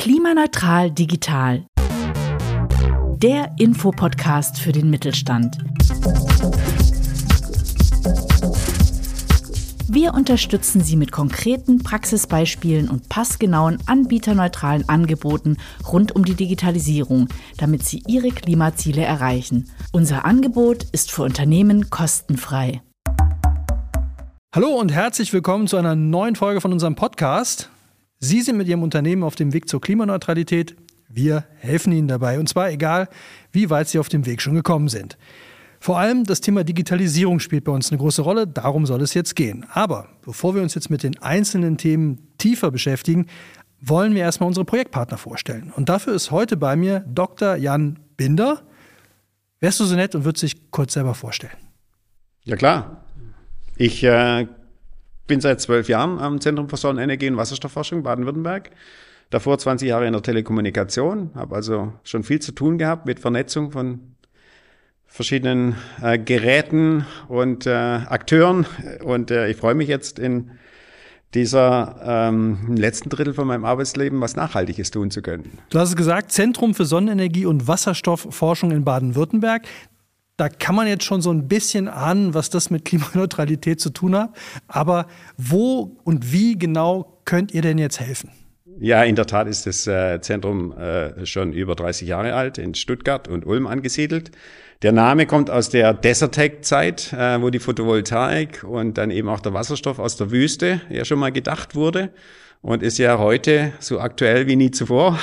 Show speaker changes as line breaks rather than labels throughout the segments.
Klimaneutral digital. Der Infopodcast für den Mittelstand. Wir unterstützen Sie mit konkreten Praxisbeispielen und passgenauen anbieterneutralen Angeboten rund um die Digitalisierung, damit Sie Ihre Klimaziele erreichen. Unser Angebot ist für Unternehmen kostenfrei.
Hallo und herzlich willkommen zu einer neuen Folge von unserem Podcast. Sie sind mit Ihrem Unternehmen auf dem Weg zur Klimaneutralität. Wir helfen Ihnen dabei, und zwar egal, wie weit Sie auf dem Weg schon gekommen sind. Vor allem das Thema Digitalisierung spielt bei uns eine große Rolle, darum soll es jetzt gehen. Aber bevor wir uns jetzt mit den einzelnen Themen tiefer beschäftigen, wollen wir erstmal unsere Projektpartner vorstellen. Und dafür ist heute bei mir Dr. Jan Binder. Wärst du so nett und würdest dich kurz selber vorstellen?
Ja klar. Ich bin seit 12 Jahren am Zentrum für Sonnenenergie und Wasserstoffforschung Baden-Württemberg. Davor 20 Jahre in der Telekommunikation, habe also schon viel zu tun gehabt mit Vernetzung von verschiedenen Geräten und Akteuren. Und ich freue mich jetzt in dieser letzten Drittel von meinem Arbeitsleben was Nachhaltiges tun zu können.
Du hast es gesagt, Zentrum für Sonnenenergie und Wasserstoffforschung in Baden-Württemberg. Da kann man jetzt schon so ein bisschen ahnen, was das mit Klimaneutralität zu tun hat. Aber wo und wie genau könnt ihr denn jetzt helfen?
Ja, in der Tat ist das Zentrum schon über 30 Jahre alt, in Stuttgart und Ulm angesiedelt. Der Name kommt aus der Desertec-Zeit, wo die Photovoltaik und dann eben auch der Wasserstoff aus der Wüste ja schon mal gedacht wurde. Und ist ja heute so aktuell wie nie zuvor.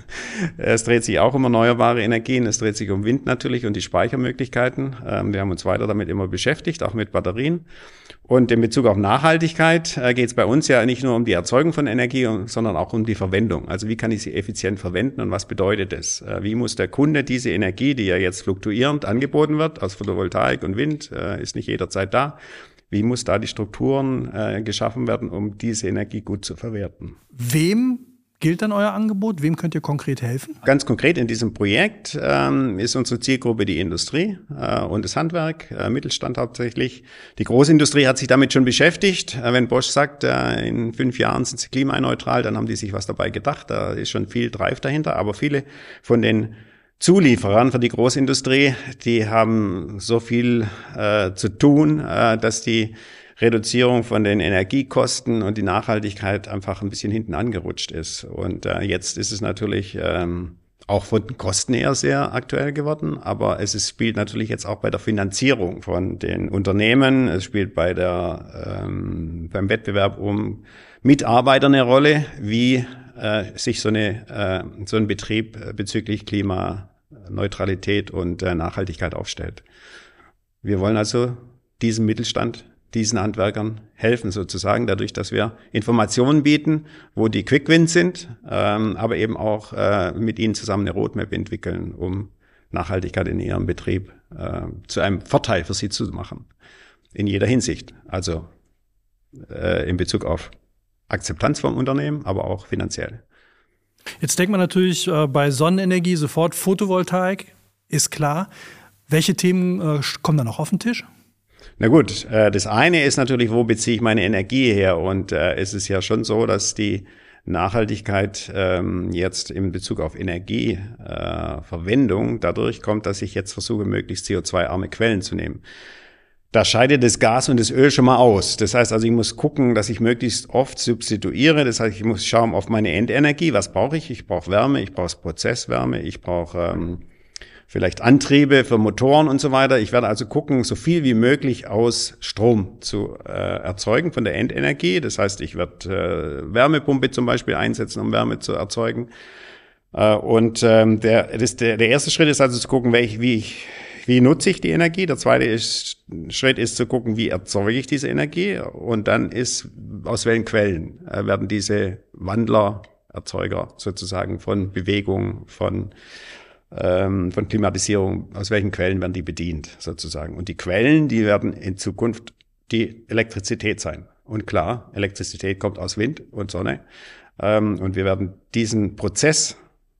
Es dreht sich auch um erneuerbare Energien, es dreht sich um Wind natürlich und die Speichermöglichkeiten. Wir haben uns weiter damit immer beschäftigt, auch mit Batterien. Und in Bezug auf Nachhaltigkeit geht es bei uns ja nicht nur um die Erzeugung von Energie, sondern auch um die Verwendung. Also wie kann ich sie effizient verwenden und was bedeutet es? Wie muss der Kunde diese Energie, die ja jetzt fluktuierend angeboten wird, aus Photovoltaik und Wind, ist nicht jederzeit da, wie muss da die Strukturen geschaffen werden, um diese Energie gut zu verwerten?
Wem gilt dann euer Angebot? Wem könnt ihr konkret helfen?
Ganz konkret in diesem Projekt ist unsere Zielgruppe die Industrie und das Handwerk, Mittelstand hauptsächlich. Die Großindustrie hat sich damit schon beschäftigt. Wenn Bosch sagt, in 5 Jahren sind sie klimaneutral, dann haben die sich was dabei gedacht. Da ist schon viel Drive dahinter. Aber viele von den Zulieferern für die Großindustrie, die haben so viel zu tun, dass die Reduzierung von den Energiekosten und die Nachhaltigkeit einfach ein bisschen hinten angerutscht ist. Und jetzt ist es natürlich auch von den Kosten her sehr aktuell geworden, aber es spielt natürlich jetzt auch bei der Finanzierung von den Unternehmen, es spielt bei beim Wettbewerb um Mitarbeiter eine Rolle, wie sich so ein Betrieb bezüglich Klimaneutralität und Nachhaltigkeit aufstellt. Wir wollen also diesem Mittelstand, diesen Handwerkern helfen sozusagen, dadurch, dass wir Informationen bieten, wo die Quick-Wins sind, aber eben auch mit ihnen zusammen eine Roadmap entwickeln, um Nachhaltigkeit in ihrem Betrieb zu einem Vorteil für sie zu machen. In jeder Hinsicht. Also in Bezug auf Akzeptanz vom Unternehmen, aber auch finanziell.
Jetzt denkt man natürlich bei Sonnenenergie sofort Photovoltaik, ist klar. Welche Themen kommen da noch auf den Tisch?
Na gut, das eine ist natürlich, wo beziehe ich meine Energie her? Und es ist ja schon so, dass die Nachhaltigkeit jetzt in Bezug auf Energieverwendung dadurch kommt, dass ich jetzt versuche, möglichst CO2-arme Quellen zu nehmen. Da scheidet das Gas und das Öl schon mal aus. Das heißt also, ich muss gucken, dass ich möglichst oft substituiere. Das heißt, ich muss schauen auf meine Endenergie. Was brauche ich? Ich brauche Wärme, ich brauche Prozesswärme, ich brauche vielleicht Antriebe für Motoren und so weiter. Ich werde also gucken, so viel wie möglich aus Strom zu erzeugen von der Endenergie. Das heißt, ich werde Wärmepumpe zum Beispiel einsetzen, um Wärme zu erzeugen. Und der erste Schritt ist also zu gucken, wie nutze ich die Energie? Der zweite Schritt ist zu gucken, wie erzeuge ich diese Energie? Und dann ist, aus welchen Quellen werden diese Wandler, Erzeuger sozusagen von Bewegung, von Klimatisierung, aus welchen Quellen werden die bedient sozusagen? Und die Quellen, die werden in Zukunft die Elektrizität sein. Und klar, Elektrizität kommt aus Wind und Sonne. Und wir werden diesen Prozess,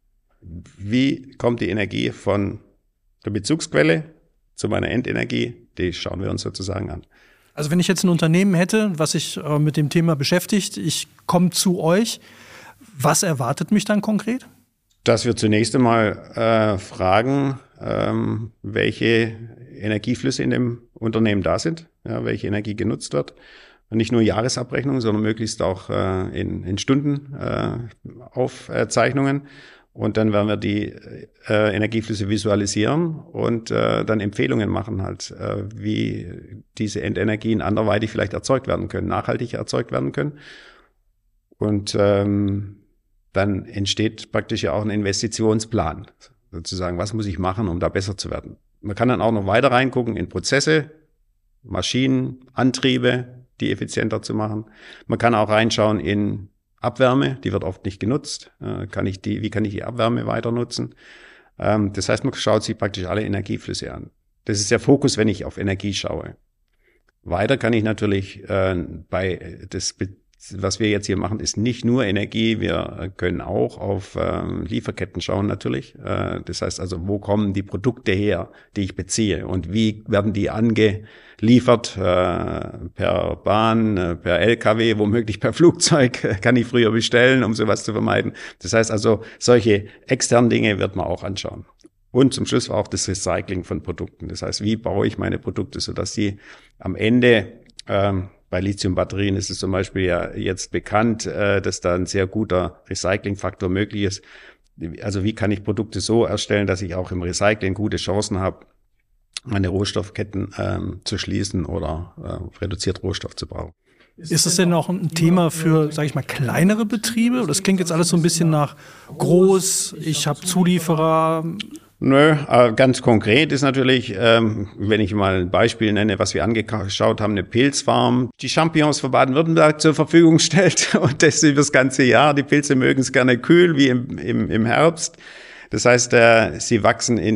wie kommt die Energie von der Bezugsquelle zu meiner Endenergie, die schauen wir uns sozusagen an.
Also wenn ich jetzt ein Unternehmen hätte, was sich mit dem Thema beschäftigt, ich komme zu euch, Was erwartet mich dann konkret?
Dass wir zunächst einmal fragen, welche Energieflüsse in dem Unternehmen da sind, ja, welche Energie genutzt wird. Und nicht nur Jahresabrechnungen, sondern möglichst auch in Stundenaufzeichnungen. Und dann werden wir die Energieflüsse visualisieren und dann Empfehlungen machen halt, wie diese Endenergien anderweitig vielleicht erzeugt werden können, nachhaltig erzeugt werden können. Und dann entsteht praktisch ja auch ein Investitionsplan, sozusagen, was muss ich machen, um da besser zu werden. Man kann dann auch noch weiter reingucken in Prozesse, Maschinen, Antriebe, die effizienter zu machen. Man kann auch reinschauen in Abwärme, die wird oft nicht genutzt. Wie kann ich die Abwärme weiter nutzen? Das heißt, man schaut sich praktisch alle Energieflüsse an. Das ist der Fokus, wenn ich auf Energie schaue. Weiter kann ich natürlich was wir jetzt hier machen, ist nicht nur Energie. Wir können auch auf Lieferketten schauen natürlich. Das heißt also, wo kommen die Produkte her, die ich beziehe und wie werden die angeliefert per Bahn, per LKW, womöglich per Flugzeug, kann ich früher bestellen, um sowas zu vermeiden. Das heißt also, solche externen Dinge wird man auch anschauen. Und zum Schluss auch das Recycling von Produkten. Das heißt, wie baue ich meine Produkte, sodass die am Ende bei Lithium-Batterien ist es zum Beispiel ja jetzt bekannt, dass da ein sehr guter Recyclingfaktor möglich ist. Also wie kann ich Produkte so erstellen, dass ich auch im Recycling gute Chancen habe, meine Rohstoffketten zu schließen oder reduziert Rohstoff zu brauchen.
Ist das denn auch ein Thema für, sage ich mal, kleinere Betriebe? Das klingt jetzt alles so ein bisschen nach groß, ich habe Zulieferer.
Nö, ganz konkret ist natürlich, wenn ich mal ein Beispiel nenne, was wir angeschaut haben, eine Pilzfarm, die Champignons von Baden-Württemberg zur Verfügung stellt und das über das ganze Jahr. Die Pilze mögen es gerne kühl, wie im Herbst. Das heißt, sie wachsen in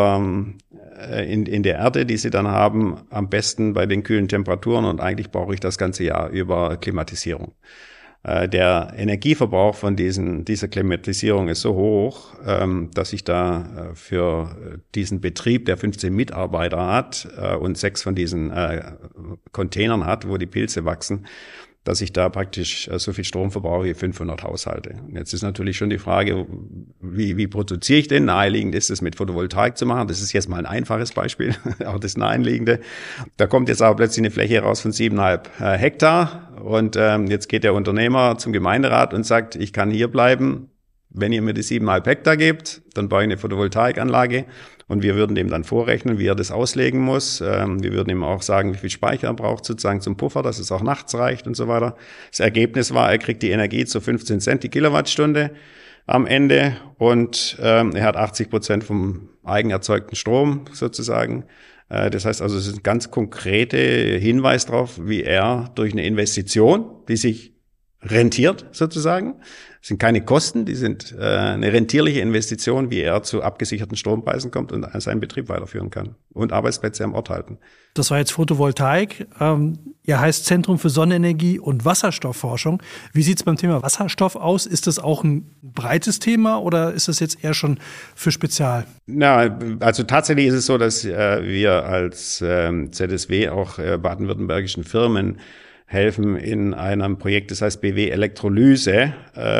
der Erde, die sie dann haben, am besten bei den kühlen Temperaturen und eigentlich brauche ich das ganze Jahr über Klimatisierung. Der Energieverbrauch von dieser Klimatisierung ist so hoch, dass ich da für diesen Betrieb, der 15 Mitarbeiter hat und 6 von diesen Containern hat, wo die Pilze wachsen, dass ich da praktisch so viel Strom verbrauche wie 500 Haushalte. Und jetzt ist natürlich schon die Frage, wie produziere ich denn? Naheliegend ist es mit Photovoltaik zu machen. Das ist jetzt mal ein einfaches Beispiel, auch das Naheliegende. Da kommt jetzt aber plötzlich eine Fläche raus von 7,5 Hektar. Und jetzt geht der Unternehmer zum Gemeinderat und sagt, ich kann hier bleiben. Wenn ihr mir die 7,5 Hektar gebt, dann baue ich eine Photovoltaikanlage und wir würden dem dann vorrechnen, wie er das auslegen muss. Wir würden ihm auch sagen, wie viel Speicher er braucht sozusagen zum Puffer, dass es auch nachts reicht und so weiter. Das Ergebnis war, er kriegt die Energie zu 15 Cent die Kilowattstunde am Ende und er hat 80% vom eigenerzeugten Strom sozusagen. Das heißt also, es ist ein ganz konkreter Hinweis darauf, wie er durch eine Investition, die sich rentiert sozusagen. Das sind keine Kosten, die sind eine rentierliche Investition, wie er zu abgesicherten Strompreisen kommt und seinen Betrieb weiterführen kann und Arbeitsplätze am Ort halten.
Das war jetzt Photovoltaik. Ihr heißt Zentrum für Sonnenenergie und Wasserstoffforschung. Wie sieht es beim Thema Wasserstoff aus? Ist das auch ein breites Thema oder ist das jetzt eher schon für Spezial?
Na, also tatsächlich ist es so, dass wir als ZSW auch baden-württembergischen Firmen helfen in einem Projekt, das heißt BW Elektrolyse,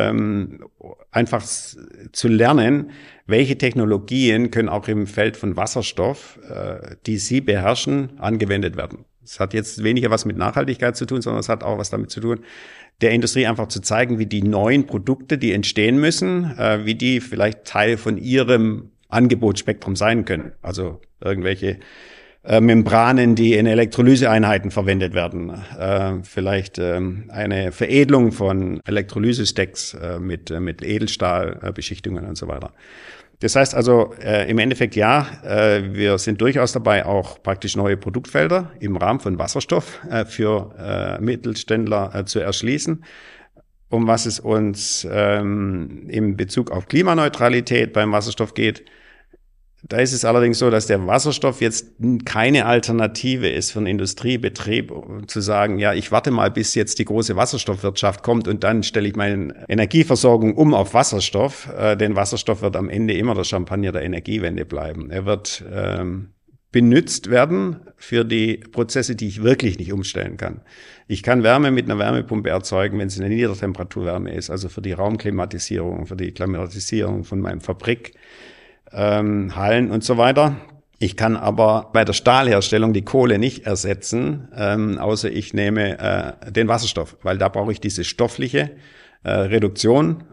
einfach zu lernen, welche Technologien können auch im Feld von Wasserstoff, die sie beherrschen, angewendet werden. Das hat jetzt weniger was mit Nachhaltigkeit zu tun, sondern es hat auch was damit zu tun, der Industrie einfach zu zeigen, wie die neuen Produkte, die entstehen müssen, wie die vielleicht Teil von ihrem Angebotsspektrum sein können. Also irgendwelche Membranen, die in Elektrolyseeinheiten verwendet werden. Vielleicht eine Veredelung von Elektrolysestacks mit Edelstahlbeschichtungen und so weiter. Das heißt also im Endeffekt ja, wir sind durchaus dabei, auch praktisch neue Produktfelder im Rahmen von Wasserstoff für Mittelständler zu erschließen. Um was es uns in Bezug auf Klimaneutralität beim Wasserstoff geht, da ist es allerdings so, dass der Wasserstoff jetzt keine Alternative ist für einen Industriebetrieb, zu sagen, ja, ich warte mal, bis jetzt die große Wasserstoffwirtschaft kommt und dann stelle ich meine Energieversorgung um auf Wasserstoff. Denn Wasserstoff wird am Ende immer der Champagner der Energiewende bleiben. Er wird benutzt werden für die Prozesse, die ich wirklich nicht umstellen kann. Ich kann Wärme mit einer Wärmepumpe erzeugen, wenn es eine Niedertemperaturwärme ist, also für die Raumklimatisierung, für die Klimatisierung von meinem Fabrik, Hallen und so weiter. Ich kann aber bei der Stahlherstellung die Kohle nicht ersetzen, außer ich nehme den Wasserstoff, weil da brauche ich diese stoffliche Reduktion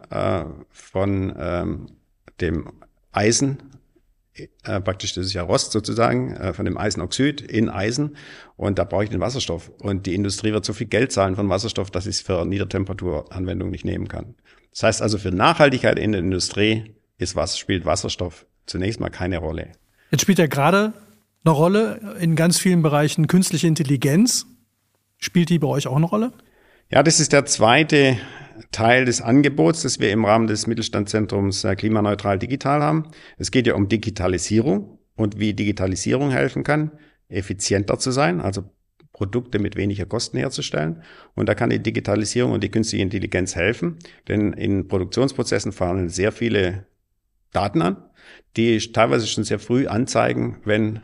von dem Eisen, praktisch das ist ja Rost sozusagen, von dem Eisenoxid in Eisen, und da brauche ich den Wasserstoff. Und die Industrie wird so viel Geld zahlen von Wasserstoff, dass ich es für Niedertemperaturanwendung nicht nehmen kann. Das heißt also, für Nachhaltigkeit in der Industrie spielt Wasserstoff zunächst mal keine Rolle.
Jetzt spielt ja gerade eine Rolle in ganz vielen Bereichen künstliche Intelligenz. Spielt die bei euch auch eine Rolle?
Ja, das ist der zweite Teil des Angebots, das wir im Rahmen des Mittelstandszentrums Klimaneutral Digital haben. Es geht ja um Digitalisierung und wie Digitalisierung helfen kann, effizienter zu sein, also Produkte mit weniger Kosten herzustellen. Und da kann die Digitalisierung und die künstliche Intelligenz helfen, denn in Produktionsprozessen fallen sehr viele Daten an, die teilweise schon sehr früh anzeigen, wenn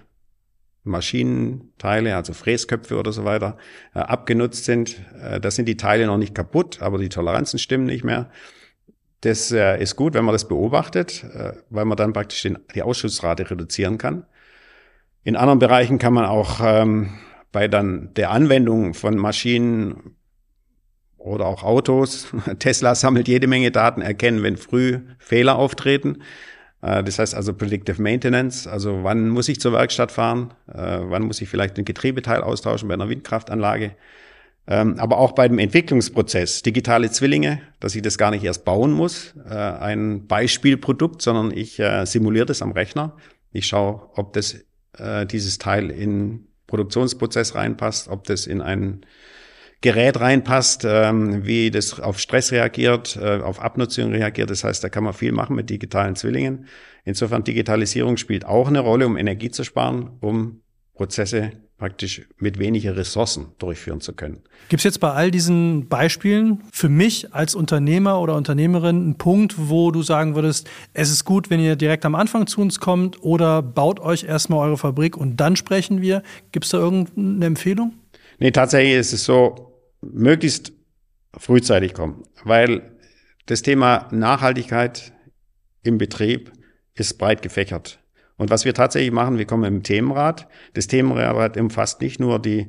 Maschinenteile, also Fräsköpfe oder so weiter, abgenutzt sind. Da sind die Teile noch nicht kaputt, aber die Toleranzen stimmen nicht mehr. Das ist gut, wenn man das beobachtet, weil man dann praktisch die Ausschussrate reduzieren kann. In anderen Bereichen kann man auch bei dann der Anwendung von Maschinen oder auch Autos, Tesla sammelt jede Menge Daten, erkennen, wenn früh Fehler auftreten. Das heißt also Predictive Maintenance, also wann muss ich zur Werkstatt fahren, wann muss ich vielleicht ein Getriebeteil austauschen bei einer Windkraftanlage. Aber auch bei dem Entwicklungsprozess, digitale Zwillinge, dass ich das gar nicht erst bauen muss, ein Beispielprodukt, sondern ich simuliere das am Rechner. Ich schaue, ob das dieses Teil in Produktionsprozess reinpasst, ob das in ein Gerät reinpasst, wie das auf Stress reagiert, auf Abnutzung reagiert. Das heißt, da kann man viel machen mit digitalen Zwillingen. Insofern Digitalisierung spielt auch eine Rolle, um Energie zu sparen, um Prozesse praktisch mit weniger Ressourcen durchführen zu können.
Gibt es jetzt bei all diesen Beispielen für mich als Unternehmer oder Unternehmerin einen Punkt, wo du sagen würdest, es ist gut, wenn ihr direkt am Anfang zu uns kommt, oder baut euch erstmal eure Fabrik und dann sprechen wir? Gibt es da irgendeine Empfehlung?
Nee, tatsächlich ist es so, möglichst frühzeitig kommen, weil das Thema Nachhaltigkeit im Betrieb ist breit gefächert. Und was wir tatsächlich machen, wir kommen im Themenrat. Das Themenrat umfasst nicht nur die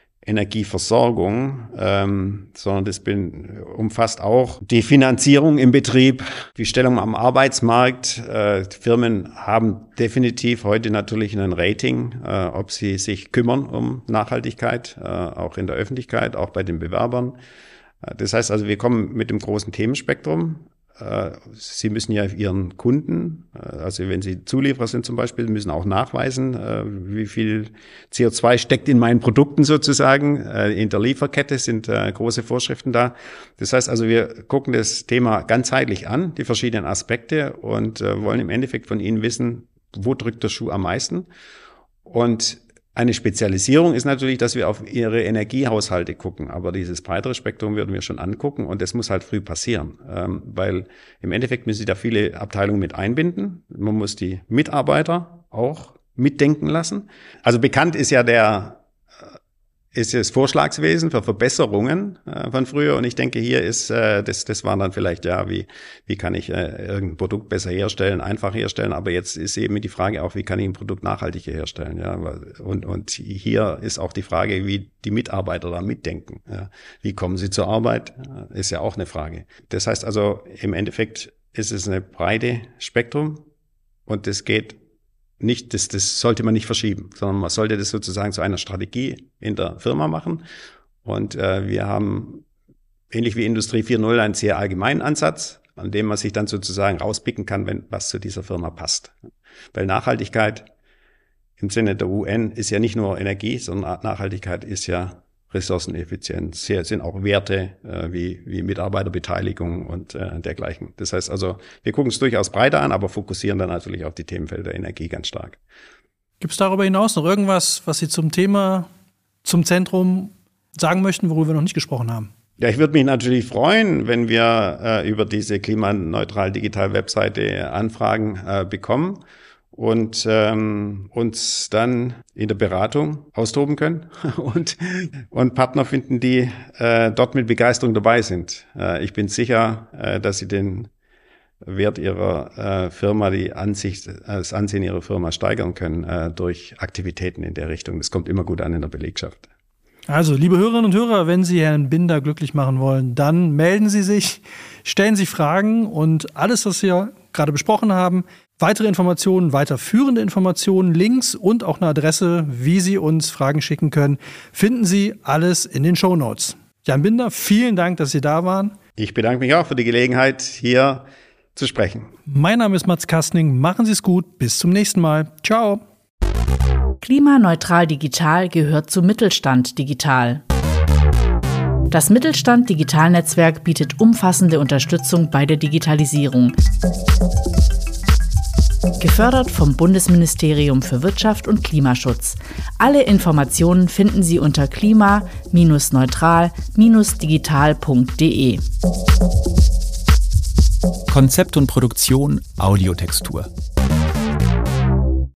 Energieversorgung, sondern das umfasst auch die Finanzierung im Betrieb, die Stellung am Arbeitsmarkt. Die Firmen haben definitiv heute natürlich ein Rating, ob sie sich kümmern um Nachhaltigkeit, auch in der Öffentlichkeit, auch bei den Bewerbern. Das heißt also, wir kommen mit dem großen Themenspektrum. Sie müssen ja Ihren Kunden, also wenn Sie Zulieferer sind zum Beispiel, müssen auch nachweisen, wie viel CO2 steckt in meinen Produkten sozusagen. In der Lieferkette sind große Vorschriften da. Das heißt also, wir gucken das Thema ganzheitlich an, die verschiedenen Aspekte, und wollen im Endeffekt von Ihnen wissen, wo drückt der Schuh am meisten. Und eine Spezialisierung ist natürlich, dass wir auf Ihre Energiehaushalte gucken, aber dieses breitere Spektrum würden wir schon angucken, und das muss halt früh passieren, weil im Endeffekt müssen Sie da viele Abteilungen mit einbinden. Man muss die Mitarbeiter auch mitdenken lassen. Also bekannt ist ja das Vorschlagswesen für Verbesserungen von früher, und ich denke, hier ist das waren dann vielleicht, ja, wie kann ich irgendein Produkt besser herstellen, einfach herstellen, aber jetzt ist eben die Frage auch, wie kann ich ein Produkt nachhaltiger herstellen, ja, und hier ist auch die Frage, wie die Mitarbeiter da mitdenken, ja. Wie kommen sie zur Arbeit, ist ja auch eine Frage. Das heißt also, im Endeffekt ist es eine breite Spektrum, und das geht nicht, das sollte man nicht verschieben, sondern man sollte das sozusagen zu einer Strategie in der Firma machen. Und wir haben, ähnlich wie Industrie 4.0, einen sehr allgemeinen Ansatz, an dem man sich dann sozusagen rauspicken kann, was zu dieser Firma passt. Weil Nachhaltigkeit im Sinne der UN ist ja nicht nur Energie, sondern Nachhaltigkeit ist ja Ressourceneffizienz. Hier sind auch Werte wie Mitarbeiterbeteiligung und dergleichen. Das heißt also, wir gucken es durchaus breiter an, aber fokussieren dann natürlich auf die Themenfelder Energie ganz stark.
Gibt es darüber hinaus noch irgendwas, was Sie zum Thema, zum Zentrum sagen möchten, worüber wir noch nicht gesprochen haben?
Ja, ich würde mich natürlich freuen, wenn wir über diese klimaneutral digital Webseite Anfragen bekommen. und uns dann in der Beratung austoben können und Partner finden, die dort mit Begeisterung dabei sind. Ich bin sicher, dass sie den Wert ihrer Firma, das Ansehen ihrer Firma steigern können durch Aktivitäten in der Richtung. Das kommt immer gut an in der Belegschaft.
Also, liebe Hörerinnen und Hörer, wenn Sie Herrn Binder glücklich machen wollen, dann melden Sie sich, stellen Sie Fragen und alles, was wir gerade besprochen haben, weitere Informationen, weiterführende Informationen, Links und auch eine Adresse, wie Sie uns Fragen schicken können, finden Sie alles in den Shownotes. Jan Binder, vielen Dank, dass Sie da waren.
Ich bedanke mich auch für die Gelegenheit, hier zu sprechen.
Mein Name ist Mats Kastning. Machen Sie es gut. Bis zum nächsten Mal. Ciao.
Klimaneutral Digital gehört zu Mittelstand Digital. Das Mittelstand Digital Netzwerk bietet umfassende Unterstützung bei der Digitalisierung. Gefördert vom Bundesministerium für Wirtschaft und Klimaschutz. Alle Informationen finden Sie unter klima-neutral-digital.de.
Konzept und Produktion Audiotextur.